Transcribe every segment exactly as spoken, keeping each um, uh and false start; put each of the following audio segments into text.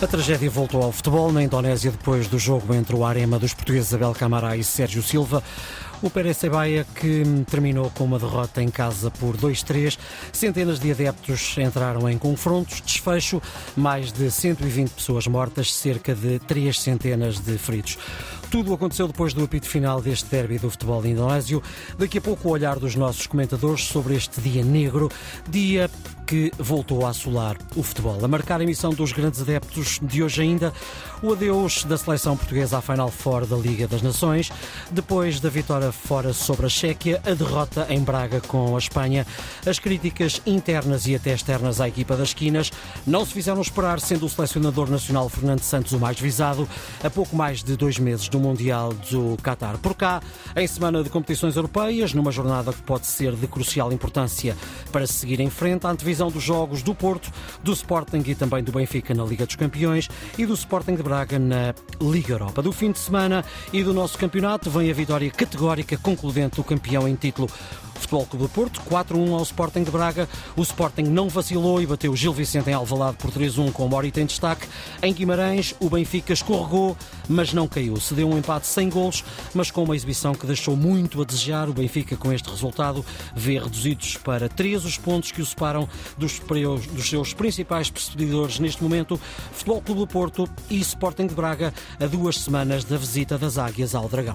A tragédia voltou ao futebol na Indonésia depois do jogo entre o Arema dos portugueses Abel Camará e Sérgio Silva. O Persebaya, que terminou com uma derrota em casa por dois a três. Centenas de adeptos entraram em confrontos. Desfecho, mais de cento e vinte pessoas mortas, cerca de três centenas de feridos. Tudo aconteceu depois do apito final deste derby do futebol indonésio. Daqui a pouco o olhar dos nossos comentadores sobre este dia negro, dia que voltou a assolar o futebol. A marcar a emissão dos grandes adeptos de hoje ainda, o adeus da seleção portuguesa à Final Four da Liga das Nações. Depois da vitória fora sobre a Chequia, a derrota em Braga com a Espanha, as críticas internas e até externas à equipa das esquinas não se fizeram esperar, sendo o selecionador nacional Fernando Santos o mais visado, a pouco mais de dois meses do Mundial do Qatar. Por cá, em semana de competições europeias, numa jornada que pode ser de crucial importância para se seguir em frente, a antevisão dos jogos do Porto, do Sporting e também do Benfica na Liga dos Campeões e do Sporting de Braga na Liga Europa. Do fim de semana e do nosso campeonato vem a vitória categórica concludente do campeão em título, Futebol Clube do Porto, quatro a um ao Sporting de Braga. O Sporting não vacilou e bateu o Gil Vicente em Alvalade por três a um com o Morita em destaque. Em Guimarães, o Benfica escorregou, mas não caiu. Se deu um empate sem golos, mas com uma exibição que deixou muito a desejar. O Benfica, com este resultado, vê reduzidos para três os pontos que o separam dos, dos seus principais perseguidores neste momento, Futebol Clube do Porto e Sporting de Braga, a duas semanas da visita das Águias ao Dragão.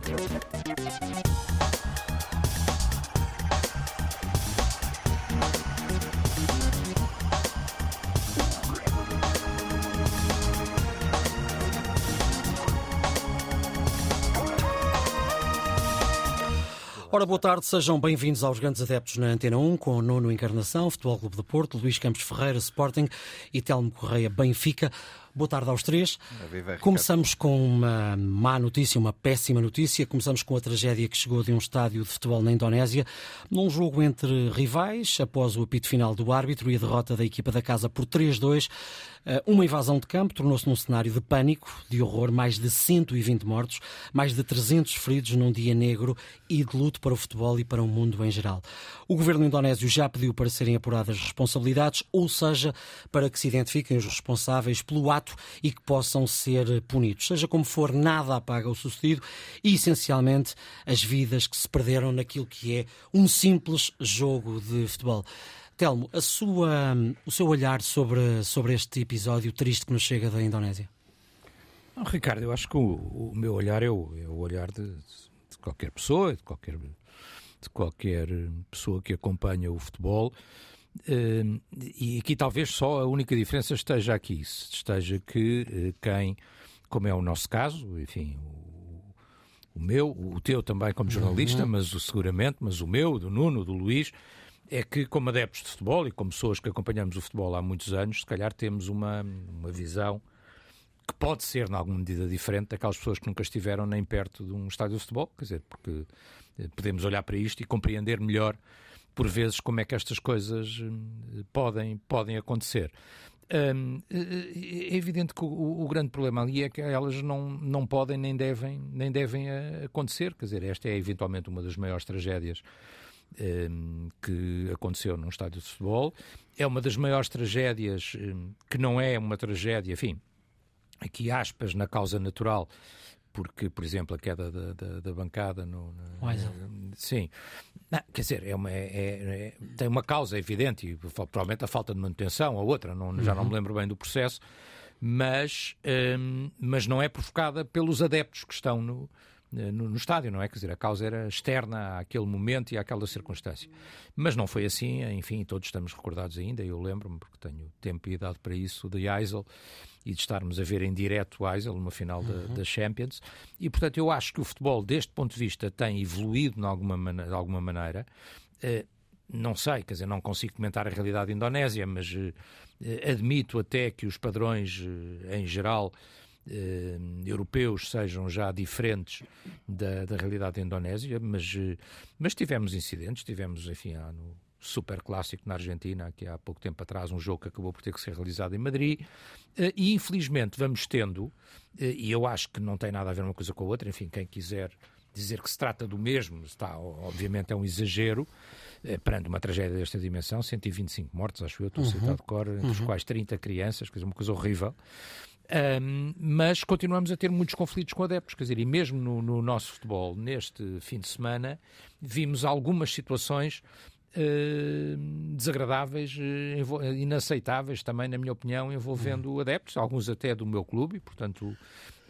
Ora, boa tarde, sejam bem-vindos aos Grandes Adeptos na Antena um, com o Nuno Encarnação, Futebol Clube do Porto, Luís Campos Ferreira, Sporting e Telmo Correia, Benfica. Boa tarde aos três. Começamos com uma má notícia, uma péssima notícia. Começamos com a tragédia que chegou de um estádio de futebol na Indonésia, num jogo entre rivais, após o apito final do árbitro e a derrota da equipa da casa por três a dois. Uma invasão de campo tornou-se num cenário de pânico, de horror, mais de cento e vinte mortos, mais de trezentos feridos num dia negro e de luto para o futebol e para o mundo em geral. O governo indonésio já pediu para serem apuradas as responsabilidades, ou seja, para que se identifiquem os responsáveis pelo ato e que possam ser punidos. Seja como for, nada apaga o sucedido e, essencialmente, as vidas que se perderam naquilo que é um simples jogo de futebol. Telmo, a sua, o seu olhar sobre, sobre este episódio triste que nos chega da Indonésia? Não, Ricardo, eu acho que o, o meu olhar é o, é o olhar de, de qualquer pessoa, de qualquer, de qualquer pessoa que acompanha o futebol. Uh, e aqui talvez só a única diferença esteja aqui, esteja que uh, quem, como é o nosso caso, enfim, o, o meu, o teu também como jornalista, uhum. mas o, seguramente, mas o meu, do Nuno, do Luís, é que como adeptos de futebol e como pessoas que acompanhamos o futebol há muitos anos, se calhar temos uma, uma visão que pode ser, em alguma medida, diferente daquelas pessoas que nunca estiveram nem perto de um estádio de futebol, quer dizer, porque uh, podemos olhar para isto e compreender melhor por vezes como é que estas coisas podem, podem acontecer. Hum, é evidente que o, o grande problema ali é que elas não, não podem nem devem, nem devem acontecer. Quer dizer, esta é eventualmente uma das maiores tragédias hum, que aconteceu num estádio de futebol. É uma das maiores tragédias hum, que não é uma tragédia, enfim, aqui aspas na causa natural, porque, por exemplo, a queda da, da, da bancada no, no, no, sim, não, quer dizer, é uma, é, é, tem uma causa evidente, e provavelmente a falta de manutenção, a outra, não, uhum. já não me lembro bem do processo, mas, hum, mas não é provocada pelos adeptos que estão no, no, no estádio, não é? Quer dizer, a causa era externa àquele momento e àquela circunstância. Mas não foi assim, enfim, todos estamos recordados ainda, eu lembro-me, porque tenho tempo e idade para isso, de Heysel, e de estarmos a ver em direto o Heysel numa final da, uhum. da Champions, e portanto eu acho que o futebol deste ponto de vista tem evoluído de alguma maneira, de alguma maneira. Uh, não sei, quer dizer, não consigo comentar a realidade indonésia, mas uh, admito até que os padrões uh, em geral uh, europeus sejam já diferentes da, da realidade indonésia, mas, uh, mas tivemos incidentes, tivemos, enfim, há no super clássico na Argentina, que há pouco tempo atrás, um jogo que acabou por ter que ser realizado em Madrid, e infelizmente vamos tendo, e eu acho que não tem nada a ver uma coisa com a outra, enfim, quem quiser dizer que se trata do mesmo, está, obviamente é um exagero, perante uma tragédia desta dimensão, cento e vinte e cinco mortos, acho eu, estou uhum. citado de cor, entre uhum. os quais trinta crianças, quer dizer, uma coisa horrível. Um, mas continuamos a ter muitos conflitos com adeptos, quer dizer, e mesmo no, no nosso futebol, neste fim de semana, vimos algumas situações uh, desagradáveis, uh, inaceitáveis também, na minha opinião, envolvendo uhum. adeptos, alguns até do meu clube, e, portanto, uh,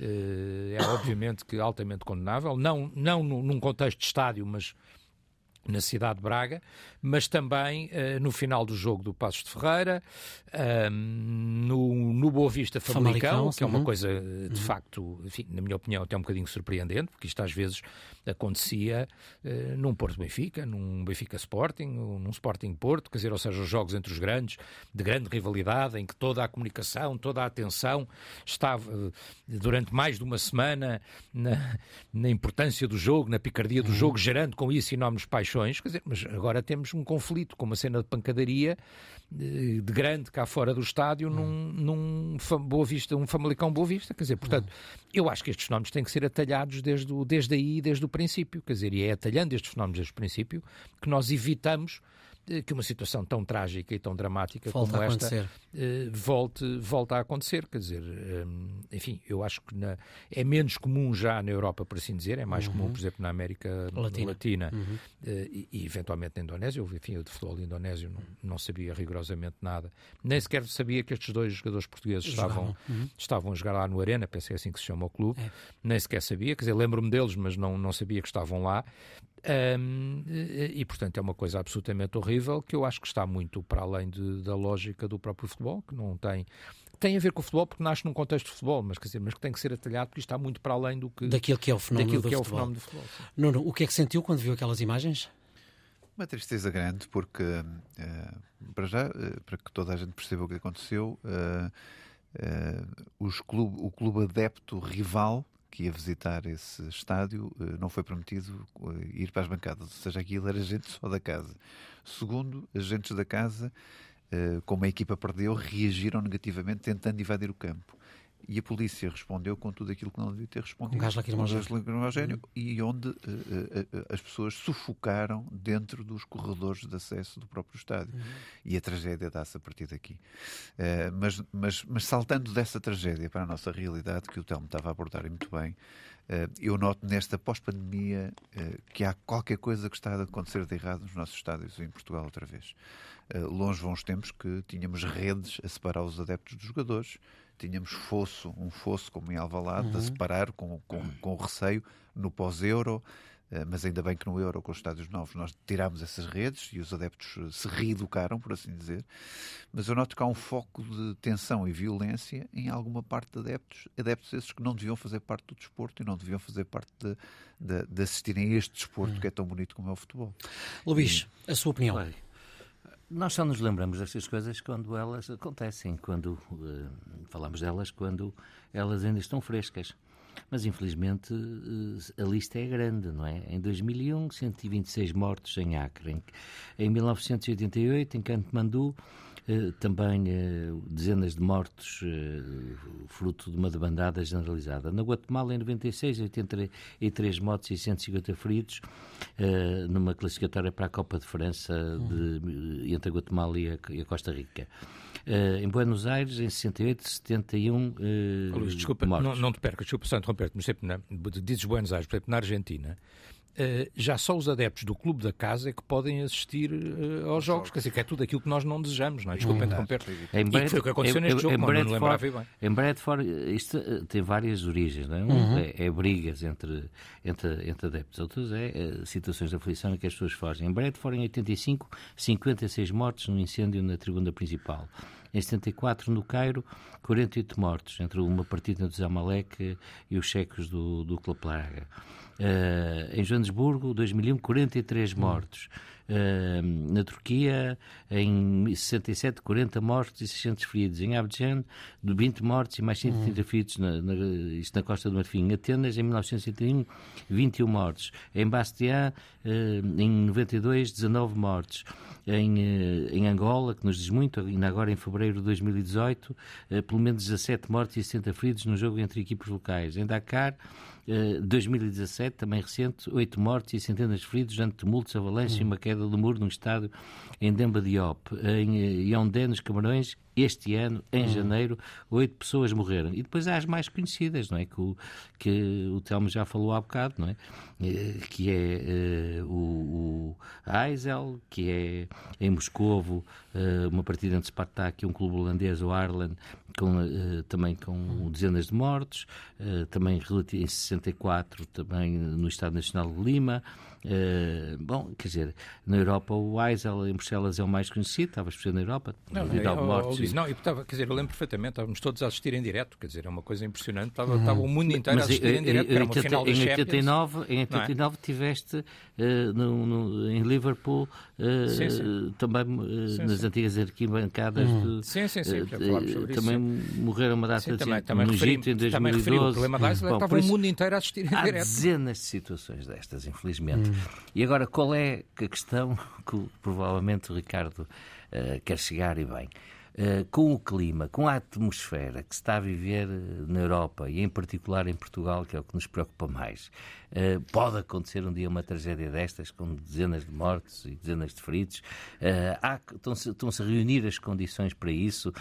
é obviamente que altamente condenável, não, não num contexto de estádio, mas na cidade de Braga, mas também uh, no final do jogo do Passos de Ferreira, uh, no, no Boa Vista Famalicão, Famalicão que é uma uhum. coisa, de uhum. facto, enfim, na minha opinião, até um bocadinho surpreendente, porque isto às vezes acontecia uh, num Porto Benfica, num Benfica Sporting, num Sporting Porto, quer dizer, ou seja, os jogos entre os grandes, de grande rivalidade, em que toda a comunicação, toda a atenção estava uh, durante mais de uma semana na, na importância do jogo, na picardia do uhum. jogo, gerando com isso enormes paixões. Quer dizer, mas agora temos um conflito com uma cena de pancadaria de, de grande cá fora do estádio hum. num, num Boa Vista, um Famalicão Boa Vista, quer dizer, portanto, hum. eu acho que estes fenómenos têm que ser atalhados desde, o, desde aí, desde o princípio, quer dizer, e é atalhando estes fenómenos desde o princípio que nós evitamos que uma situação tão trágica e tão dramática Volta como a esta uh, volte, volte a acontecer. Quer dizer, um, enfim, eu acho que na, é menos comum já na Europa, por assim dizer, é mais uhum. comum, por exemplo, na América Latina, Latina uhum. uh, e, e eventualmente na Indonésia. Eu, enfim, eu de futebol indonésio não, não sabia rigorosamente nada. Nem sequer sabia que estes dois jogadores portugueses estavam, uhum. estavam a jogar lá no Arena, pensei assim que se chama o clube. É. Nem sequer sabia, quer dizer, lembro-me deles, mas não, não sabia que estavam lá. Um, e, portanto, é uma coisa absolutamente horrível que eu acho que está muito para além de, da lógica do próprio futebol, que não tem... Tem a ver com o futebol porque nasce num contexto de futebol, mas, quer dizer, mas que tem que ser atalhado porque isto está muito para além do que... Daquilo que é o fenómeno, do, que é futebol. O fenómeno do futebol. Nuno, o que é que sentiu quando viu aquelas imagens? Uma tristeza grande, porque, uh, para já, uh, para que toda a gente perceba o que aconteceu, uh, uh, os clube, o clube adepto rival que ia visitar esse estádio, não foi permitido ir para as bancadas, ou seja, aquilo era gente só da casa. Segundo, agentes da casa, como a equipa perdeu, reagiram negativamente tentando invadir o campo. E a polícia respondeu com tudo aquilo que não devia ter respondido. Um gás lacrimogéneo. Uhum. E onde uh, uh, as pessoas sufocaram dentro dos corredores de acesso do próprio estádio. Uhum. E a tragédia dá-se a partir daqui. Uh, mas, mas, mas saltando dessa tragédia para a nossa realidade, que o Telmo estava a abordar muito bem, uh, eu noto nesta pós-pandemia uh, que há qualquer coisa que está a acontecer de errado nos nossos estádios em Portugal outra vez. Uh, longe vão os tempos que tínhamos redes a separar os adeptos dos jogadores, tínhamos fosso, um fosso como em Alvalade, uhum. a separar com, com, com receio no pós-Euro, mas ainda bem que no Euro, com os estádios novos, nós tirámos essas redes e os adeptos se reeducaram, por assim dizer. Mas eu noto que há um foco de tensão e violência em alguma parte de adeptos, adeptos esses que não deviam fazer parte do desporto e não deviam fazer parte de, de, de assistirem a este desporto uhum. que é tão bonito como é o futebol. Luís, e... a sua opinião? Bem, nós só nos lembramos destas coisas quando elas acontecem, quando uh, falamos delas quando elas ainda estão frescas. Mas, infelizmente, uh, a lista é grande, não é? Em dois mil e um, cento e vinte e seis mortos em Acre. Em, em mil novecentos e oitenta e oito, em Katmandu, uh, também uh, dezenas de mortos, uh, fruto de uma debandada generalizada. Na Guatemala, em noventa e seis, oitenta e três mortos e cento e cinquenta feridos, uh, numa classificatória para a Copa de França de, entre a Guatemala e a, e a Costa Rica. Uh, em Buenos Aires, em sessenta e oito, setenta e um uh, Luís, desculpa, mortos. Não, não te percas, desculpa só interromper-te, mas sempre na, dizes Buenos Aires, por exemplo, na Argentina, uh, já só os adeptos do clube da casa é que podem assistir uh, aos jogos, quer dizer, que é tudo aquilo que nós não desejamos, não é? Desculpa interromper-te. E que foi o que aconteceu em, neste em, jogo, em mas não lembrava bem. Em Bradford, isto uh, tem várias origens, não é? Um uhum. é, é brigas entre, entre, entre adeptos, outros é uh, situações de aflição em que as pessoas fogem. Em Bradford, em oitenta e cinco, cinquenta e seis mortos num incêndio na tribuna principal. Em setenta e quatro, no Cairo, quarenta e oito mortos, entre uma partida do Zamalek e os checos do, do Clube Praga. Uh, em Joanesburgo, dois mil e um, quarenta e três mortos. Uh, na Turquia, em sessenta e sete, quarenta mortos e seiscentos feridos. Em Abidjan, vinte mortos e mais cento e trinta feridos, na, na, isto na Costa do Marfim. Em Atenas, em mil novecentos e setenta e um, vinte e um mortos. Em Bastia, uh, em noventa e dois, dezanove mortos. Em, em Angola, que nos diz muito, ainda agora em fevereiro de dois mil e dezoito, uh, pelo menos dezassete mortos e sessenta feridos no jogo entre equipes locais. Em Dakar, Uh, dois mil e dezassete, também recente, oito mortes e centenas de feridos durante tumultos, avalanches hum. e uma queda do muro num estádio em Demba Diop. Em Yaoundé, nos Camarões, este ano, em hum. janeiro, oito pessoas morreram. E depois há as mais conhecidas, não é? Que o, que o Telmo já falou há bocado, não é? Que é uh, o, o Heysel, que é em Moscovo, uh, uma partida entre Spartak e um clube holandês, o Haarlem, com, uh, também com hum. dezenas de mortos, uh, também em sessenta e quatro, também no Estado Nacional de Lima. Uh, bom, quer dizer, na Europa o Heysel em Bruxelas é o mais conhecido, estava a na Europa, não, é, é, mortos, não, eu estava, quer dizer, eu lembro perfeitamente, estávamos todos a assistir em direto, quer dizer, é uma coisa impressionante, estava, uhum. estava o mundo inteiro mas, a assistir em direto, era uma oitenta, final da em Champions. oitenta e nove, em oitenta e nove é? tiveste uh, no, no, em Liverpool uh, sim, sim. também uh, sim, nas sim. antigas arquibancadas uhum. de, sim, sim, sim, uh, uh, também isso. morreram uma data sim, de também, também no Egito em dois mil e doze. O problema da Heysel estava o mundo inteiro a assistir em há direto. Há dezenas de situações destas, infelizmente. Uhum. E agora, qual é a questão que provavelmente o Ricardo uh, quer chegar e bem? Uh, com o clima, com a atmosfera que se está a viver na Europa e em particular em Portugal, que é o que nos preocupa mais, uh, pode acontecer um dia uma tragédia destas, com dezenas de mortes e dezenas de feridos. Uh, há, estão-se, estão-se a reunir as condições para isso,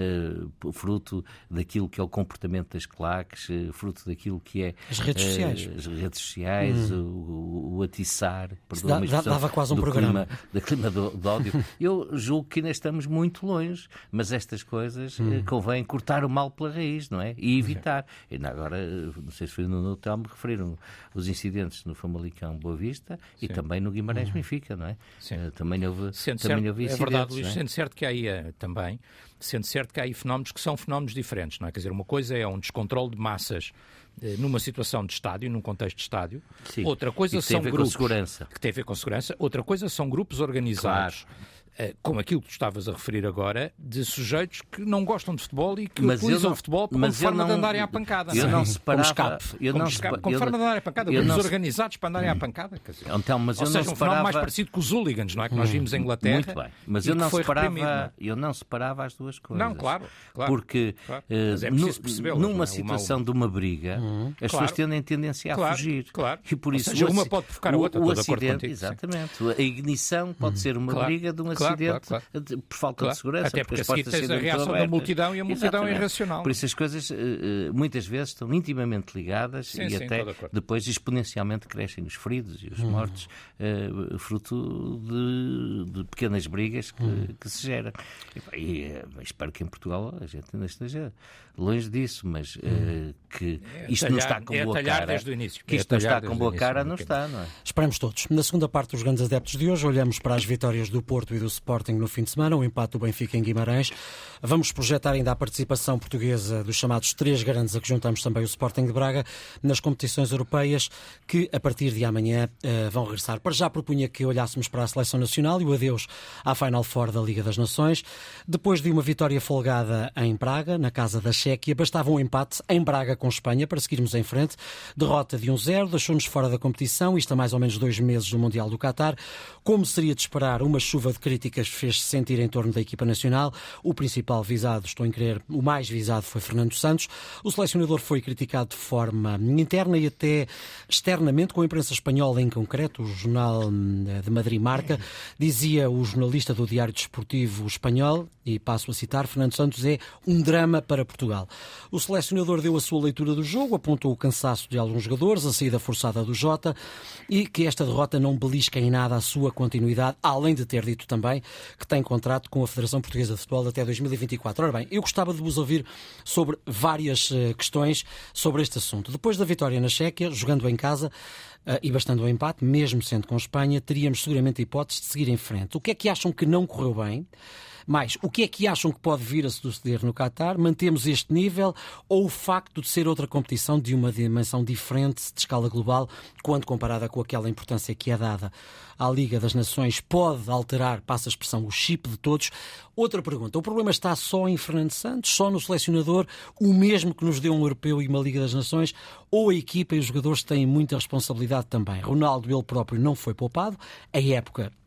uh, fruto daquilo que é o comportamento das claques, uh, fruto daquilo que é as redes sociais, uh, as redes sociais hum. o, o, o atiçar, dá, dá, dava quase um do programa clima, do clima do, do ódio. Eu julgo que ainda estamos muito longe. Mas estas coisas hum. convém cortar o mal pela raiz, não é? E evitar. E agora, não sei se foi no Telmo, referiram os incidentes no Famalicão Boa Vista Sim. e também no Guimarães hum. Benfica, não é? Sim. Também houve, sendo também certo, houve incidentes. É verdade, Luís, é? sendo certo que há aí também, sendo certo que há aí fenómenos que são fenómenos diferentes, não é? Quer dizer, uma coisa é um descontrole de massas numa situação de estádio, num contexto de estádio. Sim. Outra coisa Isso são tem a ver grupos... com segurança. Que tem a ver com segurança. Outra coisa são grupos organizados... Claro. Como aquilo que tu estavas a referir agora, de sujeitos que não gostam de futebol e que mas utilizam não, o futebol como forma não, de andarem à pancada. Eu não, não separava, como escape, eu como, não escape, separa, como eu forma de andarem à pancada, grupos não, organizados para andarem hum. à pancada. Quer dizer, então, mas ou eu seja, não um separava... fenómeno mais parecido com os hooligans, não é? Que nós vimos em Inglaterra. Muito bem, mas eu não, separava, não? eu não separava as duas coisas. Não, claro. claro porque claro. Uh, é numa não é? situação uma... de uma briga, hum. as claro. pessoas tendem tendência a claro. fugir. Claro. E por isso, ou seja, uma pode provocar a outra, o, o estou de acordo contigo. Exatamente. Sim. A ignição pode ser uma claro. briga de um claro, acidente claro, claro. por falta claro. de segurança. Até porque, porque assim tens a reação da multidão e a multidão Exatamente. é irracional. Por isso as coisas muitas vezes estão intimamente ligadas sim, e sim, até depois exponencialmente crescem os feridos e os hum. mortos, uh, fruto de, de pequenas brigas que, hum. que se geram. E, e uh, espero que em Portugal a gente ainda esteja longe disso, mas uh, que é isto talhar, não está com é boa cara. Desde o início. Que isto é não está com boa cara, não está, não é? Esperemos todos. Na segunda parte dos grandes adeptos de hoje, olhamos para as vitórias do Porto e do Sporting no fim de semana, o empate do Benfica em Guimarães. Vamos projetar ainda a participação portuguesa dos chamados três grandes, a que juntamos também o Sporting de Braga, nas competições europeias, que a partir de amanhã uh, vão regressar. Para já propunha que olhássemos para a Seleção Nacional e o adeus à Final Four da Liga das Nações. Depois de uma vitória folgada em Praga, na casa da Chequia, bastava um empate em Braga com Espanha para seguirmos em frente. Derrota de um zero, deixou-nos fora da competição, isto há mais ou menos dois meses do Mundial do Qatar. Como seria de esperar, uma chuva de críticas fez-se sentir em torno da equipa nacional. O principal visado, estou em crer, o mais visado foi Fernando Santos. O selecionador foi criticado de forma interna e até externamente, com a imprensa espanhola em concreto. O jornal de Madrid Marca dizia o jornalista do Diário Desportivo Espanhol, e passo a citar, Fernando Santos é um drama para Portugal. O selecionador deu a sua leitura do jogo, apontou o cansaço de alguns jogadores, a saída forçada do Jota e que esta derrota não belisca em nada a sua continuidade, além de ter dito também que tem contrato com a Federação Portuguesa de Futebol até dois mil e vinte e quatro. Ora bem, eu gostava de vos ouvir sobre várias uh, questões sobre este assunto. Depois da vitória na Chequia, jogando em casa uh, e bastando o empate, mesmo sendo com Espanha, teríamos seguramente a hipótese de seguir em frente. O que é que acham que não correu bem? Mais, o que é que acham que pode vir a suceder no Qatar? Mantemos este nível ou o facto de ser outra competição de uma dimensão diferente de escala global, quando comparada com aquela importância que é dada à Liga das Nações, pode alterar, passa a expressão, o chip de todos? Outra pergunta, o problema está só em Fernando Santos, só no selecionador, o mesmo que nos deu um europeu e uma Liga das Nações, ou a equipa e os jogadores têm muita responsabilidade também? Ronaldo, ele próprio, não foi poupado, a época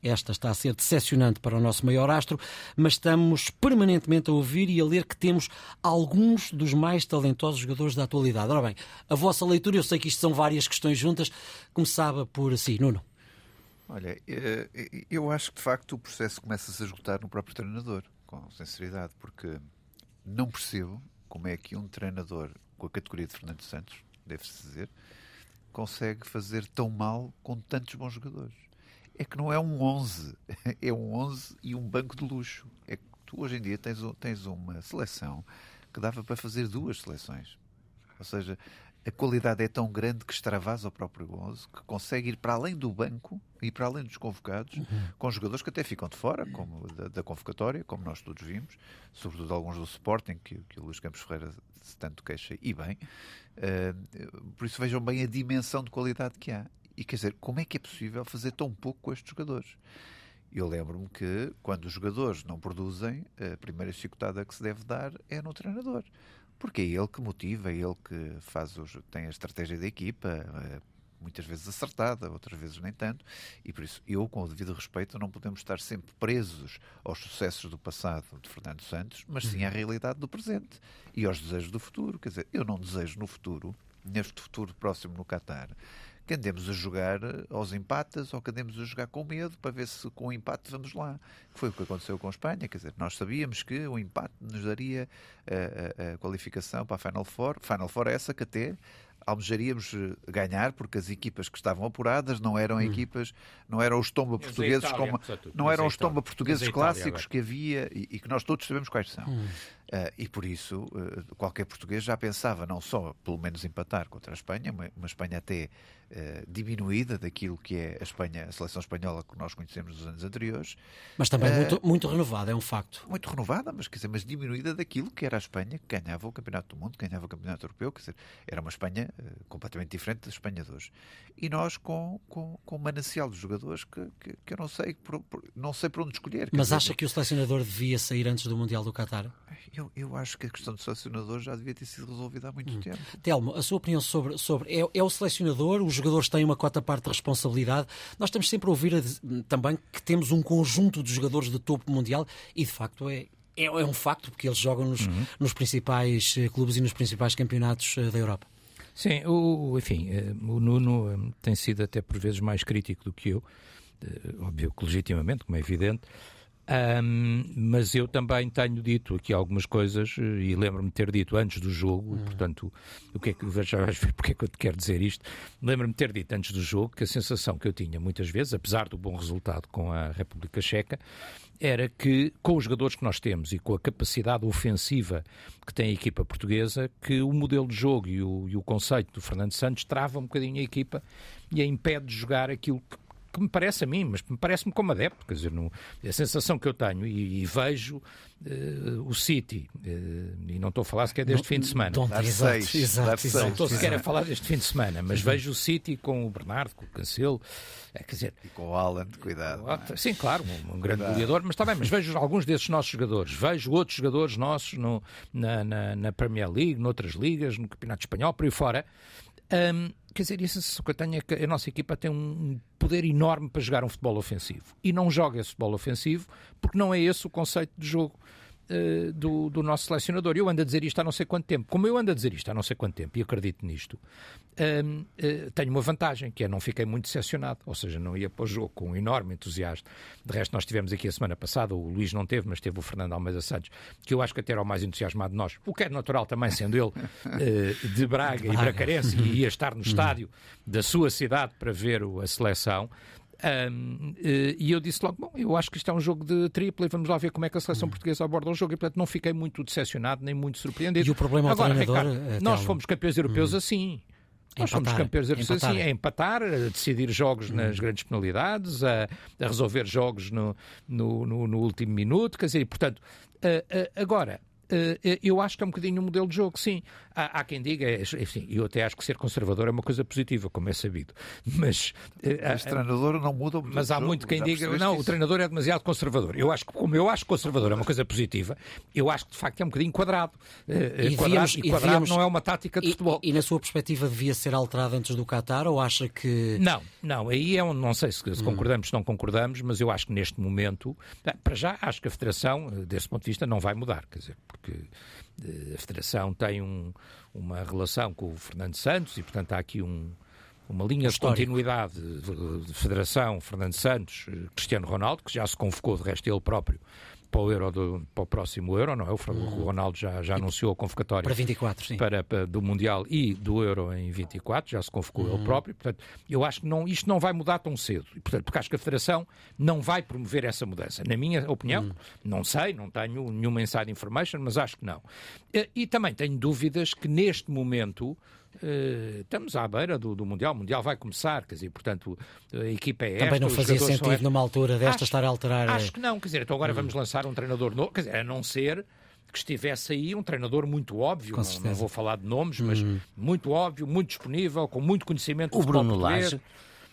Esta está a ser decepcionante para o nosso maior astro, mas estamos permanentemente a ouvir e a ler que temos alguns dos mais talentosos jogadores da atualidade. Ora bem, a vossa leitura, eu sei que isto são várias questões juntas, começava por si, Nuno. Olha, eu acho que de facto o processo começa-se a esgotar no próprio treinador, com sinceridade, porque não percebo como é que um treinador com a categoria de Fernando Santos, deve-se dizer, consegue fazer tão mal com tantos bons jogadores. É que não é um onze, é um onze e um banco de luxo. É que tu hoje em dia tens, tens uma seleção que dava para fazer duas seleções. Ou seja, a qualidade é tão grande que extravasa o próprio onze, que consegue ir para além do banco e para além dos convocados, uhum. com jogadores que até ficam de fora, como da, da convocatória, como nós todos vimos, sobretudo alguns do Sporting, que, que o Luís Campos Ferreira se tanto queixa, e bem. Uh, por isso vejam bem a dimensão de qualidade que há. E quer dizer, como é que é possível fazer tão pouco com estes jogadores? Eu lembro-me que, quando os jogadores não produzem, a primeira chicotada que se deve dar é no treinador. Porque é ele que motiva, é ele que faz os, tem a estratégia da equipa, muitas vezes acertada, outras vezes nem tanto, e por isso eu, com o devido respeito, não podemos estar sempre presos aos sucessos do passado de Fernando Santos, mas sim à realidade do presente e aos desejos do futuro. Quer dizer, eu não desejo no futuro, neste futuro próximo no Qatar, que andemos a jogar aos empates ou que andemos a jogar com medo para ver se com o empate vamos lá. Foi o que aconteceu com a Espanha, quer dizer, nós sabíamos que o empate nos daria a, a, a qualificação para a Final Four. Final Four é essa que até almejaríamos ganhar, porque as equipas que estavam apuradas não eram hum. equipas, não eram os tomba portugueses, Itália, como, não eram os tomba portugueses clássicos que havia e, e que nós todos sabemos quais são. Hum. Uh, e por isso uh, qualquer português já pensava não só pelo menos empatar contra a Espanha, uma, uma Espanha até uh, diminuída daquilo que é a Espanha, a seleção espanhola que nós conhecemos nos anos anteriores, mas também uh, muito, muito renovada, é um facto. Muito renovada, mas, quer dizer, mas diminuída daquilo que era a Espanha, que ganhava o Campeonato do Mundo, que ganhava o Campeonato Europeu, quer dizer, era uma Espanha uh, completamente diferente da Espanha de hoje. E nós com, com, com um manancial de jogadores que, que, que eu não sei por, por, não sei por onde escolher. Mas dizer, acha que o selecionador devia sair antes do Mundial do Qatar? Eu, eu acho que a questão do selecionador já devia ter sido resolvida há muito hum. tempo. Telmo, a sua opinião sobre... sobre é, é o selecionador, os jogadores têm uma cota parte de responsabilidade. Nós estamos sempre a ouvir a, também que temos um conjunto de jogadores de topo mundial e, de facto, é, é, é um facto, porque eles jogam nos, uhum. nos principais clubes e nos principais campeonatos da Europa. Sim, o, enfim, o Nuno tem sido até por vezes mais crítico do que eu, óbvio que legitimamente, como é evidente. Um, mas eu também tenho dito aqui algumas coisas e lembro-me de ter dito antes do jogo, hum. portanto, o que é que já vais ver porque é que eu te quero dizer isto. Lembro-me de ter dito antes do jogo que a sensação que eu tinha muitas vezes, apesar do bom resultado com a República Checa, era que com os jogadores que nós temos e com a capacidade ofensiva que tem a equipa portuguesa, que o modelo de jogo e o, e o conceito do Fernando Santos trava um bocadinho a equipa e a impede de jogar aquilo que que me parece a mim, mas me parece-me como adepto, quer dizer, não, a sensação que eu tenho e, e vejo uh, o City, uh, e não estou a falar sequer deste não, fim de semana, não, exato, exato, exato, não estou sequer a falar deste fim de semana, mas uhum. vejo o City com o Bernardo, com o Cancelo, é, quer dizer, e com o Haaland, cuidado. É? Sim, claro, um, um grande goleador, mas está bem, mas vejo alguns desses nossos jogadores, vejo outros jogadores nossos no, na, na, na Premier League, noutras ligas, no Campeonato Espanhol, por aí fora. Um, quer dizer, a sensação que eu tenho é que a nossa equipa tem um poder enorme para jogar um futebol ofensivo e não joga esse futebol ofensivo porque não é esse o conceito de jogo uh, do, do nosso selecionador. Eu ando a dizer isto há não sei quanto tempo, como eu ando a dizer isto há não sei quanto tempo e acredito nisto, um, uh, tenho uma vantagem, que é não fiquei muito decepcionado, ou seja, não ia para o jogo com um enorme entusiasmo. De resto, nós tivemos aqui a semana passada, o Luís não teve, mas teve o Fernando Almeida Santos, que eu acho que até era o mais entusiasmado de nós, o que é natural também, sendo ele uh, de Braga e bracarense, e ia estar no estádio da sua cidade para ver a seleção. Um, uh, e eu disse logo, bom, eu acho que isto é um jogo de tripla e vamos lá ver como é que a seleção portuguesa aborda o jogo, e portanto não fiquei muito decepcionado nem muito surpreendido. E o problema Agora, ao treinador, Ricardo, nós fomos campeões europeus hum. assim. Nós empatar, fomos campeões europeus empatar. assim, a empatar, a decidir jogos hum. nas grandes penalidades, a, a resolver jogos no, no, no, no último minuto, quer dizer, e, portanto, uh, uh, agora, Eu acho que é um bocadinho um modelo de jogo, sim. Há, há quem diga, enfim, eu até acho que ser conservador é uma coisa positiva, como é sabido. Mas este treinador não muda o modelo Mas há de muito jogo, quem diga, não, isso. o treinador é demasiado conservador. Eu acho que, como eu acho que conservador é uma coisa positiva, eu acho que de facto é um bocadinho quadrado. E quadrado, devíamos, e quadrado devíamos, não é uma tática de e, futebol. E, e na sua perspectiva devia ser alterado antes do Qatar, ou acha que... Não, não, aí é onde não sei se, se concordamos, se não concordamos, mas eu acho que neste momento, para já acho que a Federação, desse ponto de vista, não vai mudar, quer dizer, porque a Federação tem um, uma relação com o Fernando Santos e, portanto, há aqui um, uma linha de continuidade de Federação, Fernando Santos, Cristiano Ronaldo, que já se convocou, de resto, ele próprio, para o, Euro do, para o próximo Euro, não é? O Ronaldo já, já anunciou a convocatória para vinte e quatro, sim. Para, para, do Mundial e do Euro em vinte e quatro, já se convocou uhum. ele próprio. Portanto, eu acho que não, isto não vai mudar tão cedo. E, portanto, porque acho que a Federação não vai promover essa mudança. Na minha opinião, uhum. não sei, não tenho nenhuma inside information, mas acho que não. E, e também tenho dúvidas que neste momento... Uh, estamos à beira do, do Mundial, o Mundial vai começar, quer dizer, portanto, a equipa é esta. Também não fazia sentido é... numa altura desta acho, estar a alterar... Acho que não, quer dizer, então agora hum. vamos lançar um treinador novo, quer dizer, a não ser que estivesse aí um treinador muito óbvio, não, não vou falar de nomes, mas hum. muito óbvio, muito disponível, com muito conhecimento do o Bruno português. Lage.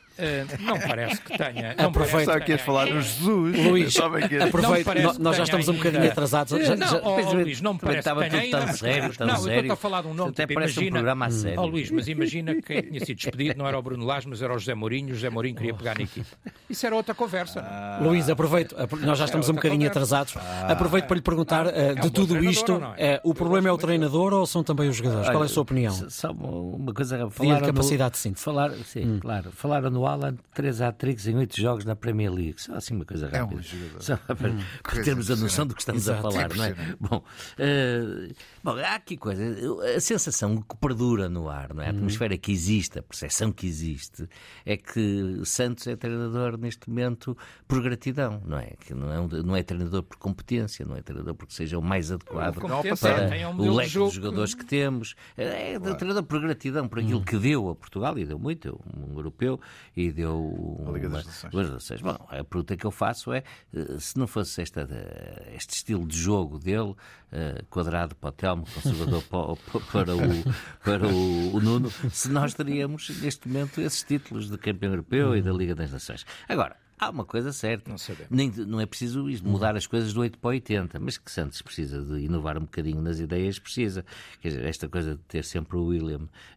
Uh, não parece que tenha. Não parece que aqui a falar no Jesus. Luís, aproveita, nós, nós já estamos um bocadinho atrasados. Uh, já, não, já, oh, oh, Luís, não me parece que tenha ainda. Tão sério, tão não, sério. eu estou a falar de um nome. Até tipo, parece imagina, um programa a sério. Oh, Luís, mas imagina que quem tinha sido despedido não era o Bruno Lage, mas era o José Mourinho. O José Mourinho queria pegar na equipa. Isso era outra conversa. Ah, Luís, aproveito. Nós já estamos um bocadinho atrasados. Ah, aproveito para lhe perguntar uh, de tudo isto. É, o problema é o treinador ou são também os jogadores? Qual é a sua opinião? Só uma coisa. Falar capacidade de síntese. Falar, sim, claro. Falaram no Haaland, três hat-tricks em oito jogos na Premier League. Só assim uma coisa rápida. É um jogador. Só para, hum, para termos a noção do que estamos Exato. a falar, não é? Bom, uh, bom, há aqui coisa. A sensação que perdura no ar, não é? A atmosfera que existe, a percepção que existe, é que Santos é treinador neste momento por gratidão, não é? Que não é, um, não é treinador por competência, não é treinador porque seja o mais adequado para é um o leque de de jogadores que temos. É claro. treinador por gratidão, por aquilo hum. que deu a Portugal, e deu muito, deu um europeu e deu uma, a Liga das Nações. Bom, a pergunta que eu faço é, se não fosse esta, este estilo de jogo dele, quadrado para o Telmo, conservador para, para, o, para o, o Nuno, se nós teríamos neste momento esses títulos de campeão europeu hum. e da Liga das Nações. Agora, há uma coisa certa, não, Nem, não é preciso mudar as coisas do oito para o oitenta, mas que Santos precisa de inovar um bocadinho nas ideias, precisa. Quer dizer, esta coisa de ter sempre o William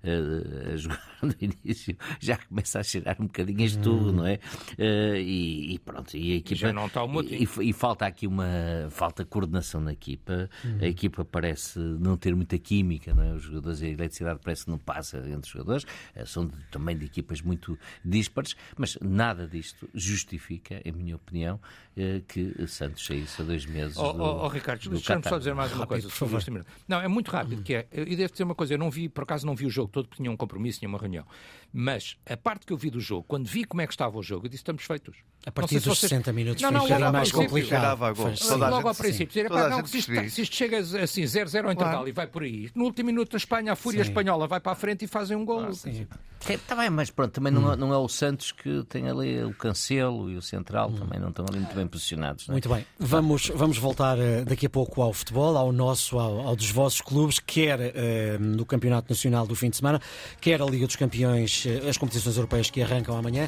uh, a jogar no início já começa a cheirar um bocadinho isto tudo, não é? Uh, e, e pronto, e a equipa... Já não está o motivo. E, e falta aqui uma... falta coordenação na equipa, hum. a equipa parece não ter muita química, não é? Os jogadores, a eletricidade parece que não passa entre os jogadores, uh, são de, também de equipas muito díspares, mas nada disto justifica Justifica, em minha opinião, que Santos saísse a dois meses. Oh, do, oh, oh Ricardo, deixa-me só dizer mais uma coisa. Por favor. Não, é muito rápido, que é. E devo dizer uma coisa, eu não vi, por acaso não vi o jogo todo, porque tinha um compromisso, tinha uma reunião. Mas a parte que eu vi do jogo, quando vi como é que estava o jogo, eu disse: estamos feitos. A partir dos vocês... sessenta minutos não, não, era mais complicado. Logo ao princípio. Dizer, pá, não, se, isto, se isto chega assim, zero zero ao intervalo claro. e vai por aí, no último minuto a Espanha, a fúria sim. espanhola vai para a frente e fazem um golo. Ah, Está bem, mas pronto, também hum. não, não é o Santos que tem ali o Cancelo e o Central, hum. também não estão ali muito bem posicionados. Não é? Muito bem, vamos, vamos voltar uh, daqui a pouco ao futebol, ao nosso, ao, ao dos vossos clubes, quer uh, no Campeonato Nacional do fim de semana, quer a Liga dos Campeões, uh, as competições europeias que arrancam amanhã.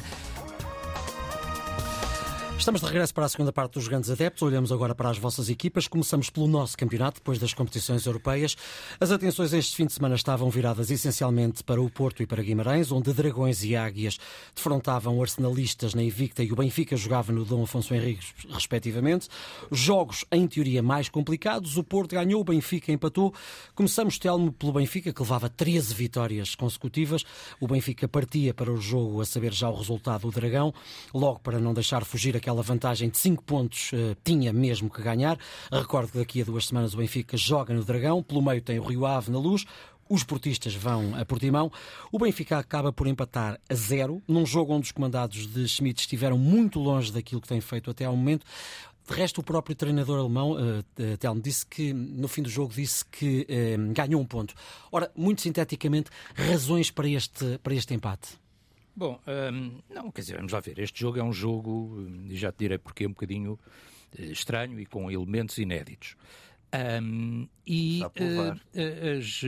Estamos de regresso para a segunda parte dos Grandes Adeptos. Olhamos agora para as vossas equipas. Começamos pelo nosso campeonato, depois das competições europeias. As atenções este fim de semana estavam viradas essencialmente para o Porto e para Guimarães, onde Dragões e Águias defrontavam Arsenalistas na Invicta e o Benfica jogava no Dom Afonso Henriques, respectivamente. Jogos, em teoria, mais complicados. O Porto ganhou, o Benfica empatou. Começamos, Telmo, pelo Benfica, que levava treze vitórias consecutivas. O Benfica partia para o jogo a saber já o resultado do Dragão, logo para não deixar fugir aquela Aquela vantagem de cinco pontos uh, tinha mesmo que ganhar. Recordo que daqui a duas semanas o Benfica joga no Dragão. Pelo meio tem o Rio Ave na Luz. Os portistas vão a Portimão. O Benfica acaba por empatar a zero, num jogo onde os comandados de Schmidt estiveram muito longe daquilo que têm feito até ao momento. De resto, o próprio treinador alemão, uh, Telmo, disse que, no fim do jogo, disse que uh, ganhou um ponto. Ora, muito sinteticamente, razões para este, para este empate? Bom, hum, não, quer dizer, vamos lá ver, este jogo é um jogo, e já te direi porque, um bocadinho estranho e com elementos inéditos. Um, e uh, as,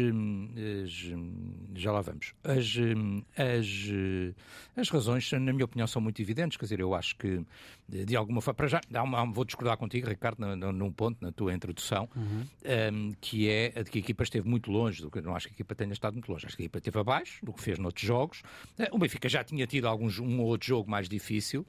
as, já lá vamos, as, as, as razões, na minha opinião, são muito evidentes. Quer dizer, eu acho que de alguma forma, para já, vou discordar contigo, Ricardo, num ponto, na tua introdução, uhum. um, que é a de que a equipa esteve muito longe, do que eu não acho que a equipa tenha estado muito longe, acho que a equipa esteve abaixo do que fez noutros jogos. O Benfica já tinha tido alguns, um ou outro jogo mais difícil.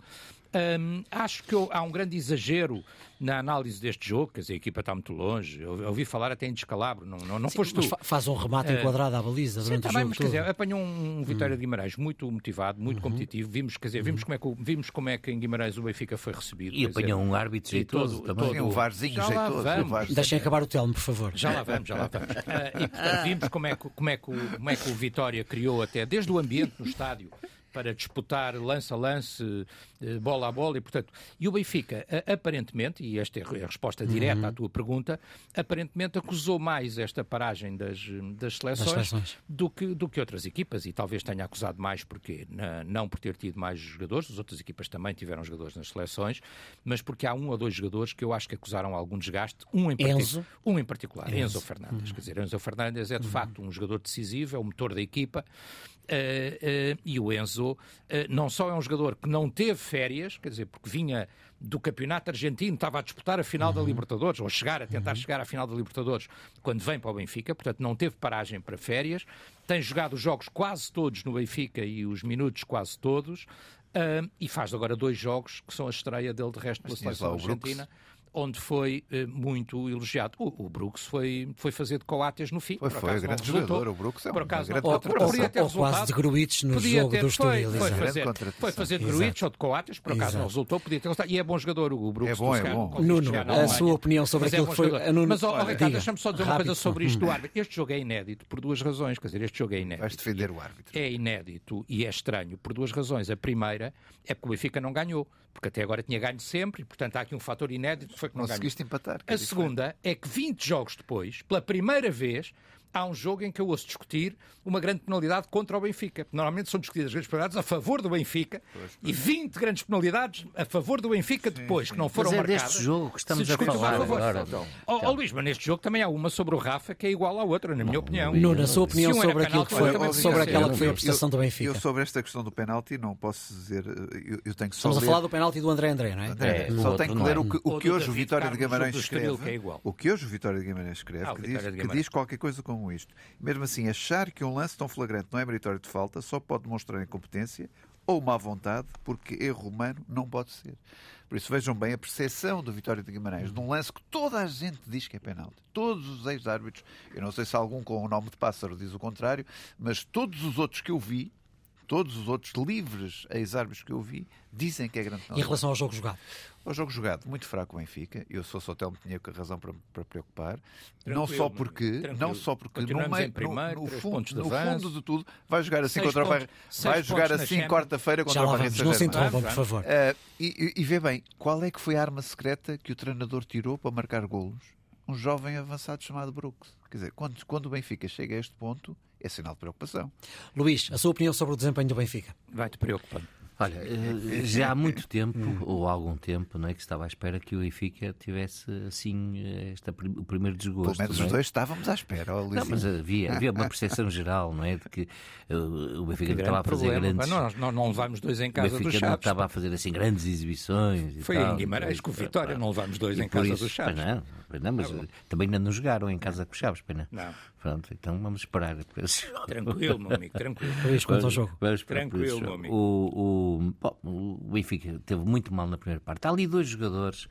Um, acho que há um grande exagero na análise deste jogo, quer dizer, a equipa está muito longe. Eu ouvi falar até em descalabro, não, não, não sim, foste tu. Faz um remate enquadrado à baliza durante sim, o jogo. Mas, quer dizer, apanhou um Vitória hum. de Guimarães muito motivado, muito uhum. competitivo. Vimos, quer dizer, uhum. vimos, como é que, vimos como é que em Guimarães o Benfica foi recebido. E apanhou um árbitro jeitoso todo, também. Todo, um varzinho jeitoso. Um Deixem acabar o Telmo, por favor. Já lá vamos, já lá vamos. Uh, e portanto, vimos como é, que, como, é que o, como é que o Vitória criou até, desde o ambiente no estádio, para disputar lance a lance, bola a bola, e portanto, e o Benfica, aparentemente, e esta é a resposta direta uhum. à tua pergunta, aparentemente acusou mais esta paragem das, das, seleções, das seleções do que, do que outras equipas, e talvez tenha acusado mais porque, na, não por ter tido mais jogadores, as outras equipas também tiveram jogadores nas seleções, mas porque há um ou dois jogadores que eu acho que acusaram algum desgaste, um em, Enzo. Um em particular, Enzo, Enzo Fernandes, uhum. quer dizer, Enzo Fernandes é de uhum. facto um jogador decisivo, é o motor da equipa. Uh, uh, e o Enzo uh, não só é um jogador que não teve férias, quer dizer, porque vinha do campeonato argentino, estava a disputar a final uhum. da Libertadores, ou a chegar, a tentar uhum. chegar à final da Libertadores, quando vem para o Benfica, portanto não teve paragem para férias, tem jogado os jogos quase todos no Benfica e os minutos quase todos, uh, e faz agora dois jogos que são a estreia dele de resto pela seleção argentina. Onde foi uh, muito elogiado. O, o Brooks foi, foi fazer de coates no fim. Foi, por foi, grande jogador. O Brooks é por acaso, grande ou, ou, ou quase de Gruitch no podia jogo ter, do Estoril. Foi, foi fazer, foi fazer de Gruitch ou de coates, por acaso Exato. não resultou, podia ter resultado. E é bom jogador o Brooks. É bom, é bom. Nuno, a sua opinião sobre mas aquilo é que foi... Nuno, mas, ó, olha, Ricardo, deixa-me só dizer rápido, uma coisa sobre isto hum. do árbitro. Este jogo é inédito por duas razões. Quer dizer, este jogo é inédito. Vais defender o árbitro. É inédito e é estranho por duas razões. A primeira é porque o Benfica não ganhou, porque até agora tinha ganho sempre, e portanto há aqui um fator inédito que foi que não ganhou. Conseguiste empatar. A segunda é que vinte jogos depois, pela primeira vez, há um jogo em que eu ouço discutir uma grande penalidade contra o Benfica. Normalmente são discutidas grandes penalidades a favor do Benfica pois, pois. e vinte grandes penalidades a favor do Benfica depois, sim, sim. que não foram mas é marcadas. Deste jogo que estamos a falar a agora. Então, ó então. oh, Luís, mas neste jogo também há uma sobre o Rafa que é igual à outra, na minha opinião. Nuno, na sua opinião um sobre aquilo que foi, penalti, sobre aquela que foi a prestação do Benfica. Eu sobre esta questão do penalti não posso dizer, eu, eu tenho que só Estamos ler... a falar do penalti do André André, não é? André, é só tenho que ler o que, o que hoje o Vitória de Guimarães escreve. Que é o que hoje o Vitória de Guimarães escreve, ah, que, diz, de que diz qualquer coisa como isto. Mesmo assim, achar que um lance tão flagrante não é meritório de falta só pode demonstrar incompetência ou má vontade, porque erro humano não pode ser. Por isso vejam bem a percepção do Vitória de Guimarães de um lance que toda a gente diz que é penalti. Todos os ex-árbitros, eu não sei se algum com o nome de pássaro diz o contrário, mas todos os outros que eu vi, todos os outros livres ex-árbitros que eu vi, dizem que é grande penalti. Em relação ao jogo jogado? O jogo jogado, muito fraco o Benfica. Eu sou só Telmo, tinha razão para, para preocupar. Tranquilo, não só porque, não só porque no, meio, primeiro, no, no, fundo, no avanço, fundo de tudo, vai jogar assim contra pontos, o Barreira. Vai jogar assim quarta-feira contra o Barreira. Não se interrompam, por favor. Uh, e, e vê bem, qual é que foi a arma secreta que o treinador tirou para marcar golos? Um jovem avançado chamado Brooks. Quer dizer, quando, quando o Benfica chega a este ponto, é sinal de preocupação. Luís, a sua opinião sobre o desempenho do Benfica? Vai-te preocupando. Olha, já há muito tempo, ou há algum tempo, não é, que estava à espera que o Benfica tivesse, assim, esta, o primeiro desgosto. Pelo menos não é? Os dois estávamos à espera, ó, não, mas havia, havia uma percepção geral, não é, de que uh, o Benfica não estava a fazer problema, grandes... Nós não, não levamos dois em casa do Chaves. O Benfica não estava a fazer, assim, grandes exibições e Foi tal, em Guimarães com o Vitória, não levamos dois e em casa isso, do Chaves. Não, não, mas ah, também ainda não jogaram em casa com o Chaves, pena. Não. Pronto, então vamos esperar. Tranquilo, meu amigo, tranquilo. Luís, quanto ao jogo? Vamos tranquilo, meu amigo. O, o, bom, o Benfica teve muito mal na primeira parte. Há ali dois jogadores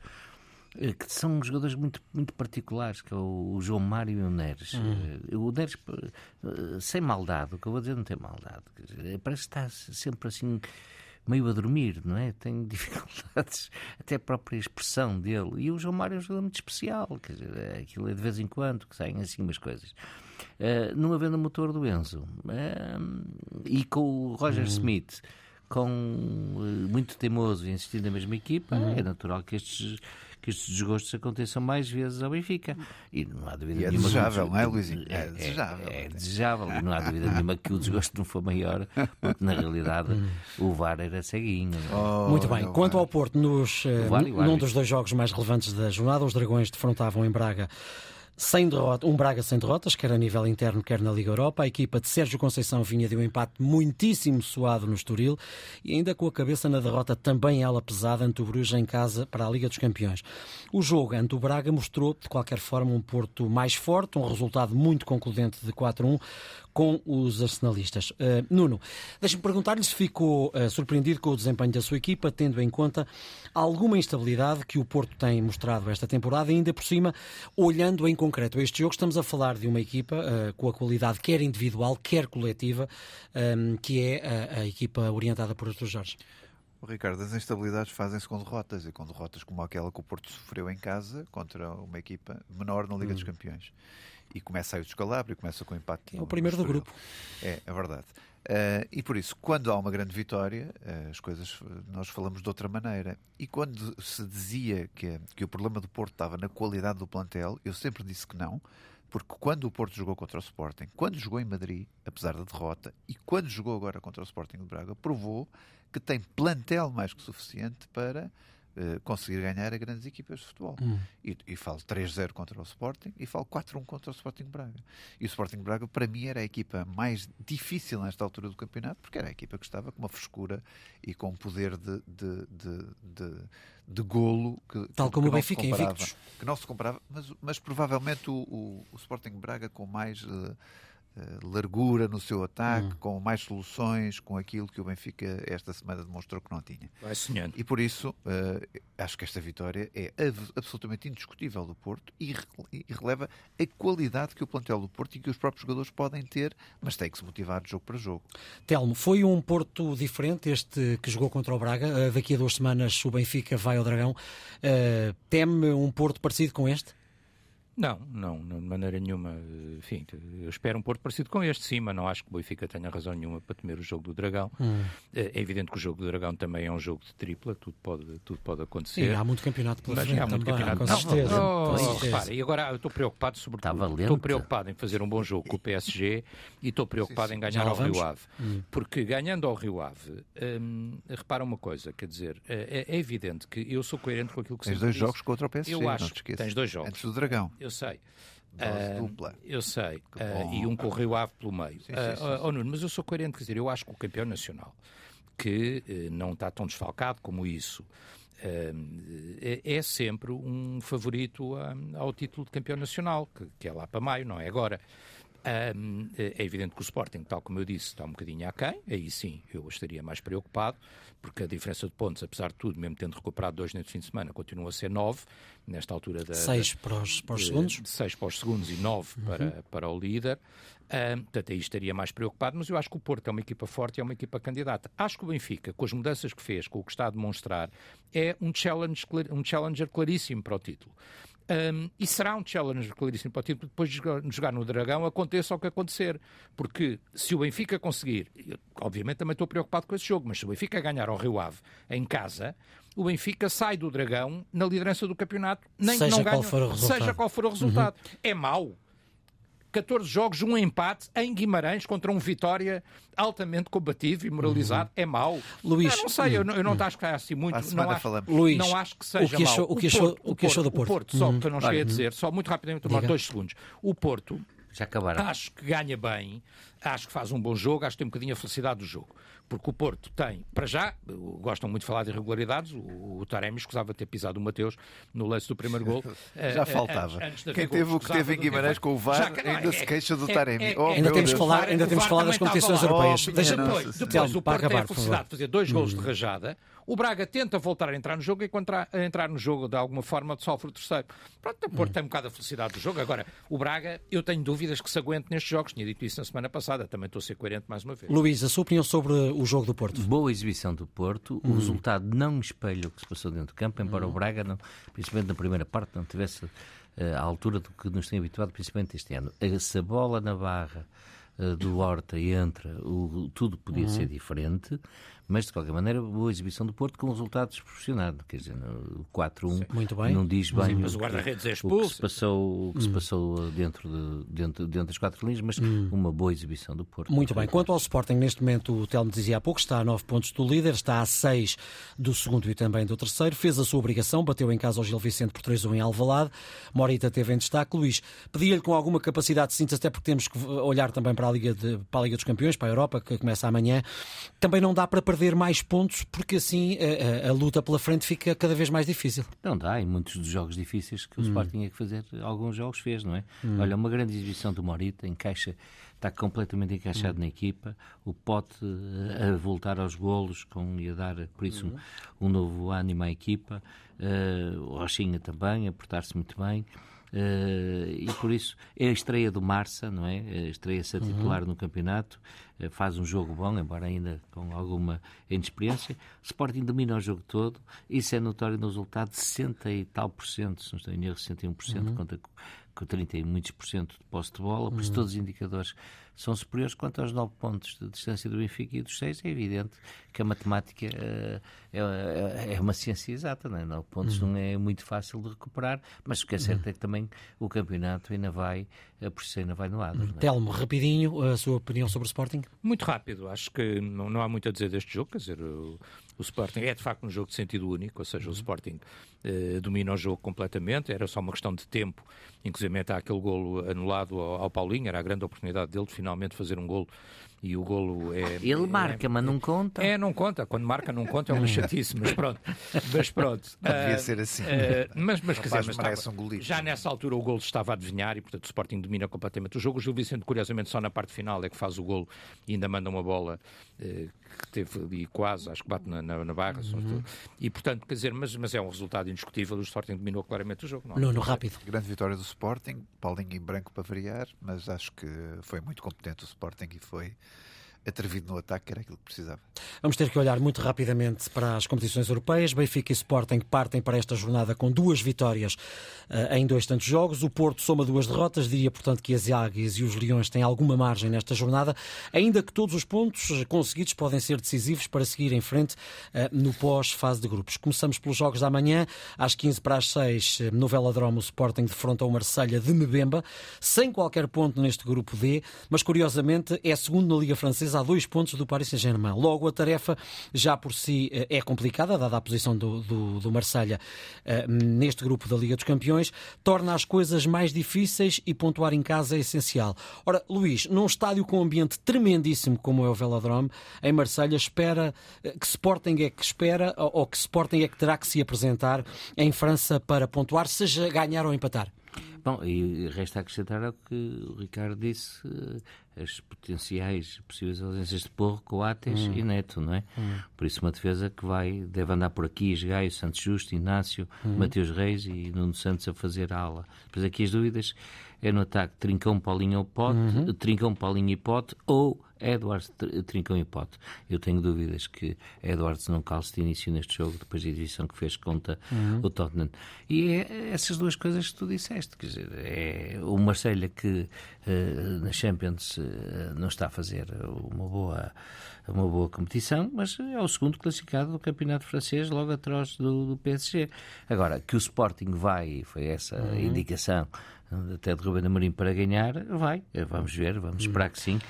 que são jogadores muito, muito particulares, que é o João Mário e o Neres. Uhum. O Neres, sem maldade, o que eu vou dizer não tem maldade. Parece que está sempre assim... meio a dormir, não é? Tem dificuldades, até a própria expressão dele. E o João Mário é um jogador muito especial, quer dizer, aquilo é de vez em quando que saem assim umas coisas. Uh, não havendo o motor do Enzo uh, e com o Roger uhum. Smith, com uh, muito teimoso e insistindo na mesma equipa, uhum. é natural que estes que estes desgostos aconteçam mais vezes ao Benfica. E não há dúvida e é nenhuma... desejável, que, não é, Luizinho? É, é desejável. É, é desejável. E não há dúvida nenhuma que o desgosto não foi maior, porque na realidade o V A R era ceguinho. Oh, muito bem. Quanto ao Porto, nos, uh, num dos dois jogos mais relevantes da jornada, os Dragões defrontavam em Braga Sem derrota, um Braga sem derrotas, quer a nível interno, quer na Liga Europa. A equipa de Sérgio Conceição vinha de um empate muitíssimo suado no Estoril e ainda com a cabeça na derrota também ela pesada ante o Bruges em casa para a Liga dos Campeões. O jogo ante o Braga mostrou, de qualquer forma, um Porto mais forte, um resultado muito concludente de quatro a um com os arsenalistas. Uh, Nuno, deixa-me perguntar-lhe se ficou uh, surpreendido com o desempenho da sua equipa, tendo em conta alguma instabilidade que o Porto tem mostrado esta temporada e ainda por cima, olhando em concreto a este jogo, estamos a falar de uma equipa uh, com a qualidade quer individual, quer coletiva, um, que é a, a equipa orientada por Artur Jorge. Oh, Ricardo, as instabilidades fazem-se com derrotas e com derrotas como aquela que o Porto sofreu em casa contra uma equipa menor na Liga hum. dos Campeões. E começa aí o descalabro e começa com o empate. É o primeiro do grupo. É, é verdade. Uh, e por isso, quando há uma grande vitória, uh, as coisas, nós falamos de outra maneira. E quando se dizia que, que o problema do Porto estava na qualidade do plantel, eu sempre disse que não, porque quando o Porto jogou contra o Sporting, quando jogou em Madrid, apesar da derrota, e quando jogou agora contra o Sporting de Braga, provou que tem plantel mais que suficiente para Uh, conseguir ganhar a grandes equipas de futebol. Hum. E, e falo três a zero contra o Sporting e falo quatro a um contra o Sporting Braga. E o Sporting Braga, para mim, era a equipa mais difícil nesta altura do campeonato, porque era a equipa que estava com uma frescura e com um poder de, de, de, de, de golo que, tal que, como que o Benfica, invictos. Que não se comparava, mas, mas provavelmente o, o, o Sporting Braga com mais uh, Uh, largura no seu ataque, hum. com mais soluções, com aquilo que o Benfica esta semana demonstrou que não tinha. Vai sonhando. E por isso uh, acho que esta vitória é absolutamente indiscutível do Porto e, re e releva a qualidade que o plantel do Porto e que os próprios jogadores podem ter, mas tem que se motivar de jogo para jogo. Telmo, foi um Porto diferente este que jogou contra o Braga? Uh, daqui a duas semanas o Benfica vai ao Dragão. Uh, teme um Porto parecido com este? Não, não, não, de maneira nenhuma. Enfim, eu espero um Porto parecido com este, sim, mas não acho que o Benfica tenha razão nenhuma para temer o jogo do Dragão. Hum. É evidente que o jogo do Dragão também é um jogo de tripla, tudo pode, tudo pode acontecer. Sim, há muito campeonato pela frente. Há muito também, campeonato. Com não, certeza. Não, oh, repara, e agora eu estou preocupado sobre Estou preocupado em fazer um bom jogo com o P S G e estou preocupado sim, sim. em ganhar ao Rio Ave. Hum. Porque ganhando ao RioAve, hum, repara uma coisa, quer dizer, é, é evidente que eu sou coerente com aquilo que tens dois disse. jogos contra o P S G, eu acho não te esqueças. Tens dois jogos. Antes do Dragão. Eu sei. Uh, dupla. Eu sei, uh, e um com o Rio Ave pelo meio. Sim, sim, sim, uh, oh, Nuno, mas eu sou coerente, quer dizer, eu acho que o campeão nacional, que uh, não está tão desfalcado como isso, uh, é, é sempre um favorito a, ao título de campeão nacional, que, que é lá para maio, não é agora. Um, é evidente que o Sporting, tal como eu disse, está um bocadinho aquém, aí sim eu estaria mais preocupado, porque a diferença de pontos, apesar de tudo, mesmo tendo recuperado dois neste fim de semana, continua a ser nove, nesta altura da... Seis para os, para os segundos. De, seis para os segundos e nove uhum. para, para o líder. Um, portanto, aí estaria mais preocupado, mas eu acho que o Porto é uma equipa forte e é uma equipa candidata. Acho que o Benfica, com as mudanças que fez, com o que está a demonstrar, é um, challenge, um challenger claríssimo para o título. Um, e será um challenger claríssimo para o título depois de jogar, de jogar no Dragão, aconteça o que acontecer. Porque se o Benfica conseguir, eu, obviamente também estou preocupado com esse jogo, mas se o Benfica ganhar ao Rio Ave em casa, o Benfica sai do Dragão na liderança do campeonato, nem seja que não qual ganhe, for o resultado. seja qual for o resultado. Uhum. É mau. catorze jogos, um empate em Guimarães contra um Vitória altamente combativo e moralizado. Uhum. É mau. Luís, eu não sei, eu não, eu não acho que é assim muito. Não acho, Luís, não acho que seja o que achou, mau. O que achou, o Porto, o que achou do Porto? O Porto, só que eu não cheguei a dizer, só muito rapidamente, tomar dois segundos. O Porto, já acabaram. Acho que ganha bem, acho que faz um bom jogo, acho que tem um bocadinho a felicidade do jogo. Porque o Porto tem, para já, gostam muito de falar de irregularidades, o, o Taremi escusava ter pisado o Mateus no lance do primeiro gol. Já faltava. Antes, antes Quem teve o que teve em Guimarães com o V A R ainda é, se queixa do Taremi. É, é, oh, ainda temos que falar, ainda temos falar das competições europeias. Oh, Deixa depois, depois o Porto tem a felicidade de fazer dois gols hum. de rajada. O Braga tenta voltar a entrar no jogo e quando a entrar no jogo de alguma forma sofre o terceiro. Pronto, o Porto hum. tem um bocado a felicidade do jogo. Agora, o Braga, eu tenho dúvidas que se aguente nestes jogos. Tinha dito isso na semana passada. Também estou a ser coerente mais uma vez. Luís, a sua opinião sobre o jogo do Porto? Boa exibição do Porto. Hum. O resultado não espelha o que se passou dentro do campo, embora hum. o Braga, não, principalmente na primeira parte, não tivesse uh, a altura do que nos tem habituado, principalmente este ano. Se a bola na barra uh, do Horta entra, o, tudo podia hum. ser diferente. mas de qualquer maneira boa exibição do Porto com um resultado desproporcionado, quer dizer, no quatro a um muito bem. Não diz bem mas o, o guarda-redes é o que se passou, o que hum. se passou dentro, de, dentro, dentro das quatro linhas, mas hum. uma boa exibição do Porto. Muito bem. Quanto ao Sporting, neste momento, o Telmo dizia há pouco, está a nove pontos do líder, está a seis do segundo e também do terceiro, fez a sua obrigação, bateu em casa ao Gil Vicente por três a um em Alvalade, Morita teve em destaque. Luís, pedi-lhe com alguma capacidade de síntese, até porque temos que olhar também para a Liga, de, para a Liga dos Campeões, para a Europa, que começa amanhã, também não dá para perder mais pontos, porque assim a, a, a luta pela frente fica cada vez mais difícil. Não dá, e muitos dos jogos difíceis que o hum. Sporting tinha que fazer, alguns jogos fez, não é? Hum. Olha, uma grande exibição do Morita, encaixa, está completamente encaixado hum. na equipa, o Pote a voltar aos golos, com, e a dar, por isso, hum. um, um novo ânimo à equipa, uh, o Rochinha também, a portar-se muito bem. Uh, e por isso é a estreia do Marça, não é? Estreia-se a titular uhum. no campeonato, uh, faz um jogo bom, embora ainda com alguma inexperiência. O Sporting domina o jogo todo, isso é notório no resultado de sessenta e tal por cento, se não estou em erro, sessenta e um por cento, uhum. conta com trinta e muitos por cento de posse de bola, por isso uhum. todos os indicadores são superiores. Quanto aos nove pontos de distância do Benfica e dos seis, é evidente que a matemática uh, é, é uma ciência exata, não é? nove pontos uhum. não é muito fácil de recuperar, mas o que é certo uhum. é que também o campeonato ainda vai, uh, por isso ainda vai no adro. Uhum. Telmo, rapidinho, a sua opinião sobre o Sporting? Muito rápido, acho que não, não há muito a dizer deste jogo, quer dizer, o, o Sporting é de facto um jogo de sentido único, ou seja, uhum. o Sporting uh, domina o jogo completamente, era só uma questão de tempo, inclusive há aquele golo anulado ao, ao Paulinho, era a grande oportunidade dele de finalmente fazer um golo, e o golo é... Ele marca, é, mas não conta. É, não conta, quando marca não conta, é uma chatice, mas pronto. Mas pronto. Não devia uh, ser assim. Uh, mas, mas, quer dizer, mas estava, um já nessa altura o golo estava a adivinhar e, portanto, o Sporting domina completamente o jogo. O Gil Vicente, curiosamente, só na parte final é que faz o golo e ainda manda uma bola uh, que teve ali quase, acho que bate na, na, na barra. Uhum. E, portanto, quer dizer, mas, mas é um resultado indiscutível. O Sporting dominou claramente o jogo. Não, não, no rápido. Grande vitória do Sporting, Paulinho em branco para variar, mas acho que foi muito competente o Sporting e foi atrevido no ataque, que era aquilo que precisava. Vamos ter que olhar muito rapidamente para as competições europeias. Benfica e Sporting partem para esta jornada com duas vitórias uh, em dois tantos jogos. O Porto soma duas derrotas. Diria, portanto, que as Águias e os Leões têm alguma margem nesta jornada, ainda que todos os pontos conseguidos podem ser decisivos para seguir em frente uh, no pós-fase de grupos. Começamos pelos jogos da manhã. Às quinze para as seis, no Velódromo, o Sporting defronta o Marselha de Mbemba, sem qualquer ponto neste grupo D, mas curiosamente é segundo na Liga Francesa, a dois pontos do Paris Saint-Germain. Logo, a tarefa já por si é complicada, dada a posição do, do, do Marselha uh, neste grupo da Liga dos Campeões, torna as coisas mais difíceis e pontuar em casa é essencial. Ora, Luís, num estádio com um ambiente tremendíssimo como é o Velódromo, em Marselha, espera que Sporting é que espera ou, ou que Sporting é que terá que se apresentar em França para pontuar, seja ganhar ou empatar? Bom, e resta acrescentar ao que o Ricardo disse, as potenciais possíveis ausências de Porro, Coates hum. e Neto, não é? Hum. Por isso uma defesa que vai, deve andar por aqui, Esgaio, Santos Justo, Inácio, hum. Mateus Reis e Nuno Santos a fazer a ala. Depois aqui as dúvidas é no ataque Trincão, Paulinho ou Pote, uhum. Trincão, Paulinho e Pote, ou Edwards, Trincão e Pote. Eu tenho dúvidas que Edwards não calce de início neste jogo, depois da exibição que fez contra uhum. o Tottenham. E é essas duas coisas que tu disseste, quer dizer, é o Marselha que uh, na Champions uh, não está a fazer uma boa, uma boa competição, mas é o segundo classificado do campeonato francês, logo atrás do, do P S G. Agora, que o Sporting vai, foi essa uhum. a indicação até de Ruben Amorim para ganhar, vai, vamos ver, vamos esperar que sim,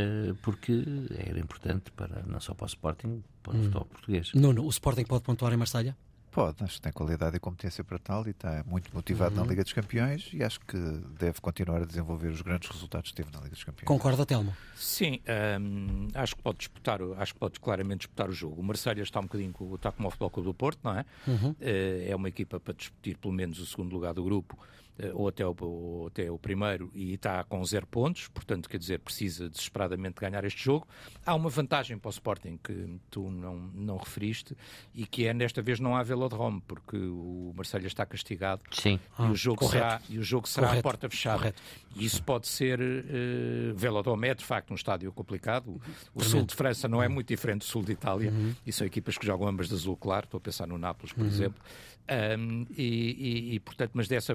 porque era importante para, não só para o Sporting, para o hum. futebol português. Nuno, o Sporting pode pontuar em Marselha? Pode, acho que tem qualidade e competência para tal e está muito motivado uhum. na Liga dos Campeões e acho que deve continuar a desenvolver os grandes resultados que teve na Liga dos Campeões. Concorda, Telmo? Sim, hum, acho que pode disputar, acho que pode claramente disputar o jogo. O Marselha está um bocadinho, está como o Futebol Clube do Porto, não é? Uhum. É uma equipa para disputar pelo menos o segundo lugar do grupo, ou até o, ou até o primeiro, e está com zero pontos, portanto, quer dizer, precisa desesperadamente ganhar este jogo. Há uma vantagem para o Sporting que tu não, não referiste, e que é, nesta vez não há Velódromo, porque o Marselha está castigado. Sim. E, ah, o jogo será, e o jogo será correto. a porta fechada. Correto. E isso pode ser... Uh, Velódromo é, de facto, um estádio complicado. O, o sul de França não é muito diferente do sul de Itália, uhum. e são equipas que jogam ambas de azul claro. Estou a pensar no Nápoles, por uhum. exemplo. Um, e, e, e, portanto, mas dessa é uma vantagem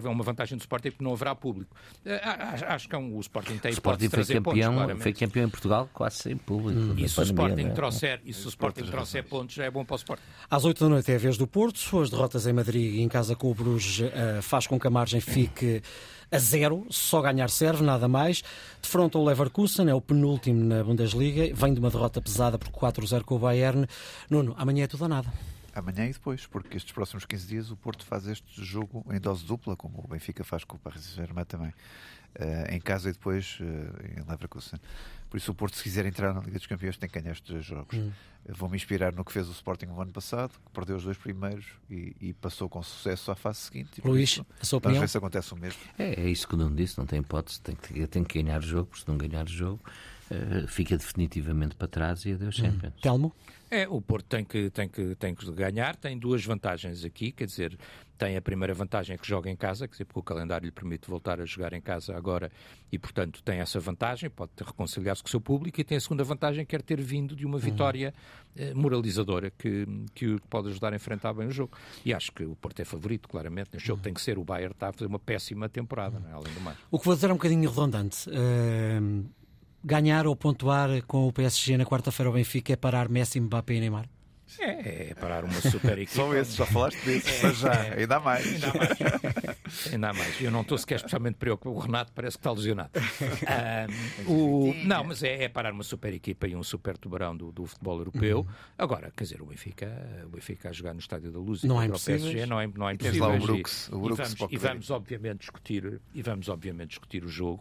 vantagem do Sporting porque não haverá público. Uh, acho que é um, o Sporting tem o Sporting foi campeão, pontos, foi campeão em Portugal quase sem público. Hum. E se o Sporting trouxer, e se o Sporting trouxer pontos, já é bom para o Sporting. Às oito da noite é a vez do Porto. As derrotas em Madrid e em casa com o Bruges uh, faz com que a margem fique a zero, só ganhar serve, nada mais. Defronta o Leverkusen, é o penúltimo na Bundesliga, vem de uma derrota pesada por quatro a zero com o Bayern. Nuno, amanhã é tudo ou nada. Amanhã e depois, porque estes próximos quinze dias o Porto faz este jogo em dose dupla, como o Benfica faz com o Paris Saint-Germain também, uh, em casa e depois uh, em Leverkusen. Por isso o Porto, se quiser entrar na Liga dos Campeões, tem que ganhar estes dois jogos. Hum. Vou-me inspirar no que fez o Sporting no ano passado, que perdeu os dois primeiros e, e passou com sucesso à fase seguinte. Luís, isso, a sua opinião? Vamos ver se acontece o mesmo. É, é isso que o Nuno disse, não tem hipótese, tem que, tem que ganhar o jogo, porque se não ganhar o jogo, uh, fica definitivamente para trás e adeus Champions. Hum. Telmo? É, o Porto tem que, tem, que, tem que ganhar, tem duas vantagens aqui, quer dizer, tem a primeira vantagem que joga em casa, quer dizer, porque o calendário lhe permite voltar a jogar em casa agora e, portanto, tem essa vantagem, pode reconciliar-se com o seu público, e tem a segunda vantagem, que é ter vindo de uma vitória eh, moralizadora que, que o pode ajudar a enfrentar bem o jogo. E acho que o Porto é favorito, claramente, neste jogo tem que ser. O Bayern está a fazer uma péssima temporada, não é? Além do mais. O que vou dizer é um bocadinho redundante. Uh... Ganhar ou pontuar com o P S G na quarta-feira ao Benfica é parar Messi, Mbappé e Neymar? É, é parar uma super equipa. Só esse, já falaste desse, é, mas já, é, ainda há mais. Ainda há mais. Ainda há mais. Eu não estou sequer especialmente preocupado. O Renato parece que está lesionado. Um, o, não, mas é, é parar uma super equipa e um super tubarão do, do futebol europeu. Uhum. Agora, quer dizer, o Benfica, o Benfica a jogar no Estádio da Luz e não contra é o P S G não é, não é impossível. Lá o Brooks, o Brooks e, vamos, e vamos obviamente discutir e vamos obviamente discutir o jogo.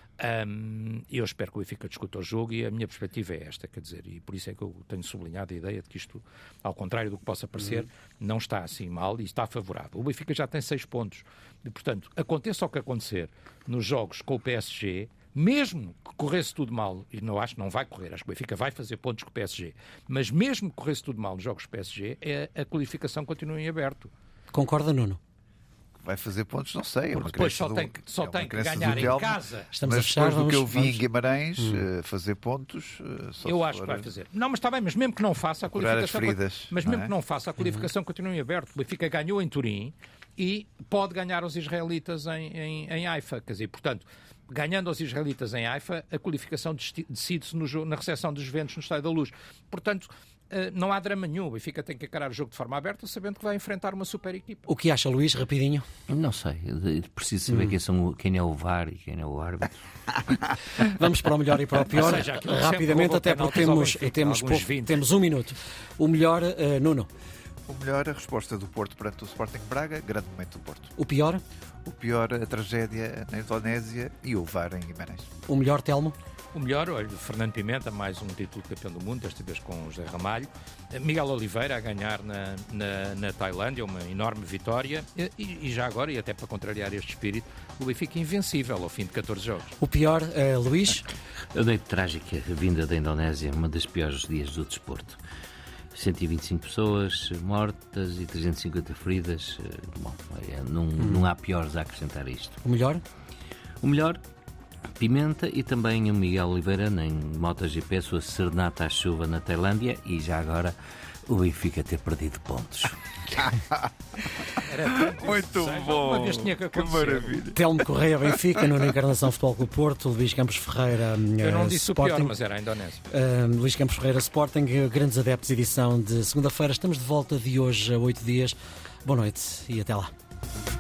Um, eu espero que o Benfica discuta o jogo e a minha perspectiva é esta, quer dizer, e por isso é que eu tenho sublinhado a ideia de que isto, ao contrário do que possa parecer, uhum. não está assim mal e está favorável. O Benfica já tem seis pontos e, portanto, aconteça o que acontecer nos jogos com o P S G, mesmo que corresse tudo mal, e não acho que não vai correr, acho que o Benfica vai fazer pontos com o P S G, mas mesmo que corresse tudo mal nos jogos com o P S G, é, a qualificação continua em aberto. Concorda, Nuno? Vai fazer pontos, não sei. É uma depois só do, tem que, só é tem que ganhar em Telmo, casa. Estamos mas a fechar, depois do vamos, que eu vi vamos. em Guimarães, hum. uh, fazer pontos... Uh, só eu acho for, que vai fazer. Não, mas está bem, mas mesmo que não faça a qualificação... Feridas, mas mesmo é? que não faça, a qualificação uhum. continua em aberto. O Benfica ganhou em Turim e pode ganhar aos israelitas em, em, em Haifa. Quer dizer, portanto, ganhando aos israelitas em Haifa, a qualificação decide-se no, na recepção dos Juventus no Estádio da Luz. Portanto... Uh, não há drama nenhum. O Benfica tem que encarar o jogo de forma aberta, sabendo que vai enfrentar uma super equipa. O que acha, Luís, rapidinho? Não sei. Preciso saber hum. quem, são, quem é o V A R e quem é o árbitro. Vamos para o melhor e para o pior. Seja, rapidamente, até porque temos, Benfica, temos, pouco, temos um minuto. O melhor, uh, Nuno? O melhor, a resposta do Porto perante o Sporting Braga, grande momento do Porto. O pior? O pior, a tragédia na Indonésia e o V A R em Guimarães. O melhor, Telmo? O melhor, olha, Fernando Pimenta, mais um título de campeão do mundo, desta vez com o José Ramalho. Miguel Oliveira a ganhar na, na, na Tailândia, uma enorme vitória. E, e já agora, e até para contrariar este espírito, o Benfica invencível ao fim de catorze jogos. O pior, uh, Luís? A noite trágica, a vinda da Indonésia, uma das piores dias do desporto. cento e vinte e cinco pessoas mortas e trezentas e cinquenta feridas. Bom, é, não, hum. não há piores a acrescentar a isto. O melhor? O melhor... Pimenta e também o Miguel Oliveira em MotoGP, sua serenata à chuva na Tailândia e já agora o Benfica ter perdido pontos. Era muito bom, uma vez tinha que que maravilha. Telmo Correia, Benfica, Nuno Encarnação, Futebol Clube Porto, Luís Campos Ferreira, eu não disse Sporting. O pior, mas era a Indonésia. Uh, Luís Campos Ferreira, Sporting, grandes adeptos, edição de segunda-feira. Estamos de volta de hoje a oito dias. Boa noite e até lá.